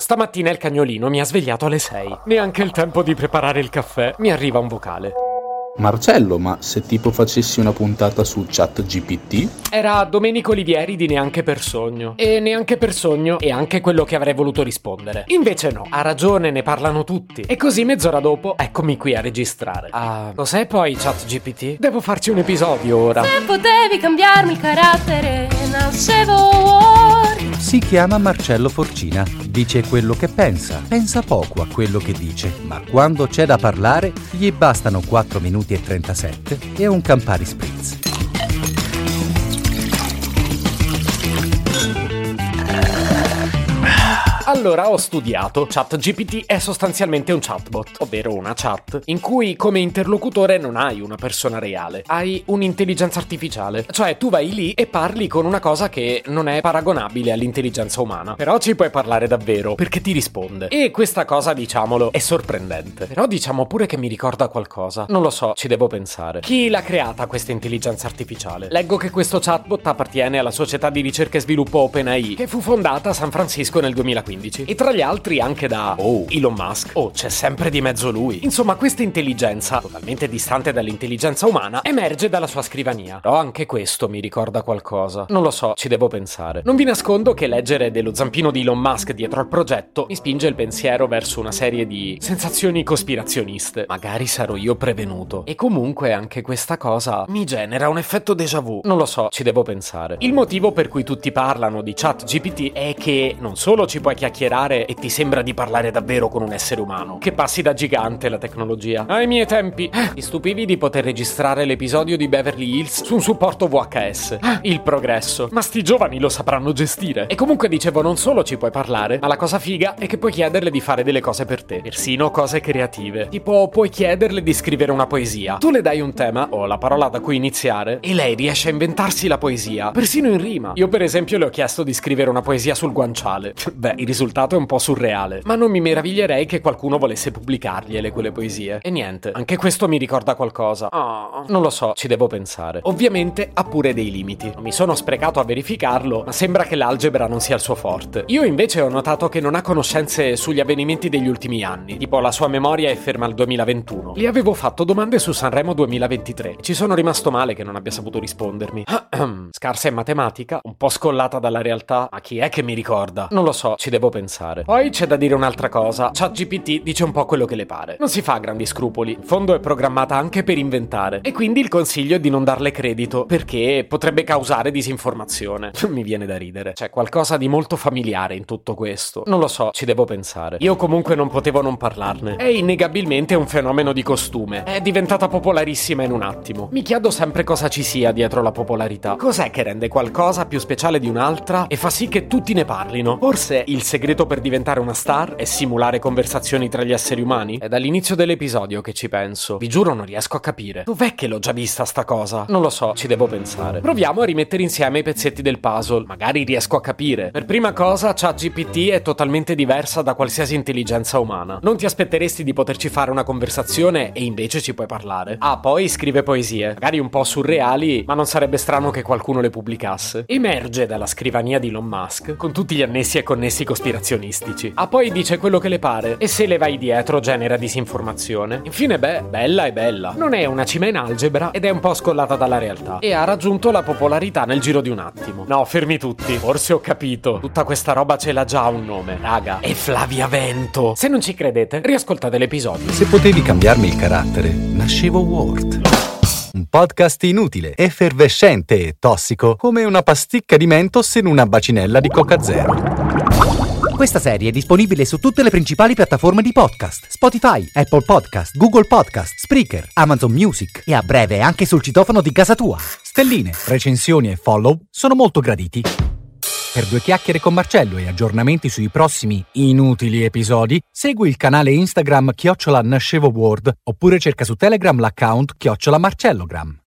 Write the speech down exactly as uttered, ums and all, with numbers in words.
stamattina il cagnolino mi ha svegliato alle sei. Neanche il tempo di preparare il caffè. Mi arriva un vocale. Marcello, ma se tipo facessi una puntata su ChatGPT? Era Domenico Olivieri di Neanche per Sogno. E Neanche per Sogno è anche quello che avrei voluto rispondere. Invece no, ha ragione, ne parlano tutti. E così mezz'ora dopo, eccomi qui a registrare. Ah, cos'è poi ChatGPT? Devo farci un episodio ora. Se potevi cambiarmi il carattere, nascevo Word. Si chiama Marcello Forcina, dice quello che pensa, pensa poco a quello che dice, ma quando c'è da parlare gli bastano quattro minuti e trentasette e un Campari Spritz. Allora ho studiato. ChatGPT è sostanzialmente un chatbot, ovvero una chat, in cui come interlocutore non hai una persona reale, hai un'intelligenza artificiale. Cioè tu vai lì e parli con una cosa che non è paragonabile all'intelligenza umana, però ci puoi parlare davvero, perché ti risponde. E questa cosa, diciamolo, è sorprendente. Però diciamo pure che mi ricorda qualcosa. Non lo so, ci devo pensare. Chi l'ha creata questa intelligenza artificiale? Leggo che questo chatbot appartiene alla società di ricerca e sviluppo OpenAI, che fu fondata a San Francisco nel duemilaquindici. E tra gli altri anche da oh, Elon Musk. Oh, c'è sempre di mezzo lui. Insomma, questa intelligenza, totalmente distante dall'intelligenza umana, emerge dalla sua scrivania. Però anche questo mi ricorda qualcosa. Non lo so, ci devo pensare. Non vi nascondo che leggere dello zampino di Elon Musk dietro al progetto mi spinge il pensiero verso una serie di sensazioni cospirazioniste. Magari sarò io prevenuto. E comunque anche questa cosa mi genera un effetto déjà vu. Non lo so, ci devo pensare. Il motivo per cui tutti parlano di ChatGPT è che non solo ci puoi chiacchierare e ti sembra di parlare davvero con un essere umano, che passi da gigante la tecnologia. Ai miei tempi ti stupivi di poter registrare l'episodio di Beverly Hills su un supporto V H S. Il progresso. Ma sti giovani lo sapranno gestire. E comunque dicevo, non solo ci puoi parlare, ma la cosa figa è che puoi chiederle di fare delle cose per te, persino cose creative. Tipo puoi chiederle di scrivere una poesia. Tu le dai un tema o la parola da cui iniziare e lei riesce a inventarsi la poesia, persino in rima. Io per esempio le ho chiesto di scrivere una poesia sul guanciale. Beh, il risultato è un po' surreale, ma non mi meraviglierei che qualcuno volesse pubblicargliele quelle poesie. E niente, anche questo mi ricorda qualcosa. Oh, non lo so, ci devo pensare. Ovviamente ha pure dei limiti. Non mi sono sprecato a verificarlo, ma sembra che l'algebra non sia il suo forte. Io invece ho notato che non ha conoscenze sugli avvenimenti degli ultimi anni. Tipo la sua memoria è ferma al duemilaventuno. Gli avevo fatto domande su Sanremo duemilaventitré. Ci sono rimasto male che non abbia saputo rispondermi. Scarsa in matematica, un po' scollata dalla realtà. Ma chi è che mi ricorda? Non lo so, ci devo pensare. Poi c'è da dire un'altra cosa. ChatGPT dice un po' quello che le pare. Non si fa grandi scrupoli. In fondo è programmata anche per inventare. E quindi il consiglio è di non darle credito, perché potrebbe causare disinformazione. Mi viene da ridere. C'è qualcosa di molto familiare in tutto questo. Non lo so, ci devo pensare. Io comunque non potevo non parlarne. È innegabilmente un fenomeno di costume. È diventata popolarissima in un attimo. Mi chiedo sempre cosa ci sia dietro la popolarità. Cos'è che rende qualcosa più speciale di un'altra e fa sì che tutti ne parlino? Forse il segreto per diventare una star è simulare conversazioni tra gli esseri umani? È dall'inizio dell'episodio che ci penso. Vi giuro non riesco a capire. Dov'è che l'ho già vista sta cosa? Non lo so, ci devo pensare. Proviamo a rimettere insieme i pezzetti del puzzle. Magari riesco a capire. Per prima cosa, ChatGPT è totalmente diversa da qualsiasi intelligenza umana. Non ti aspetteresti di poterci fare una conversazione e invece ci puoi parlare. Ah, poi scrive poesie. Magari un po' surreali, ma non sarebbe strano che qualcuno le pubblicasse. Emerge dalla scrivania di Elon Musk, con tutti gli annessi e connessi cospirazionistici. Ah, poi dice quello che le pare, e se le vai dietro genera disinformazione. Infine, beh, bella è bella. Non è una cima in algebra ed è un po' scollata dalla realtà. E ha raggiunto la popolarità nel giro di un attimo. No, fermi tutti. Forse ho capito. Tutta questa roba ce l'ha già un nome. Raga, è Flavia Vento. Se non ci credete, riascoltate l'episodio. Se potevi cambiarmi il carattere, nascevo Word. Un podcast inutile, effervescente e tossico, come una pasticca di Mentos in una bacinella di Coca Zero. Questa serie è disponibile su tutte le principali piattaforme di podcast: Spotify, Apple Podcast, Google Podcast, Spreaker, Amazon Music e a breve anche sul citofono di casa tua. Stelline, recensioni e follow sono molto graditi. Per due chiacchiere con Marcello e aggiornamenti sui prossimi inutili episodi, segui il canale Instagram chiocciola Nascevo Word oppure cerca su Telegram l'account chiocciola Marcellogram.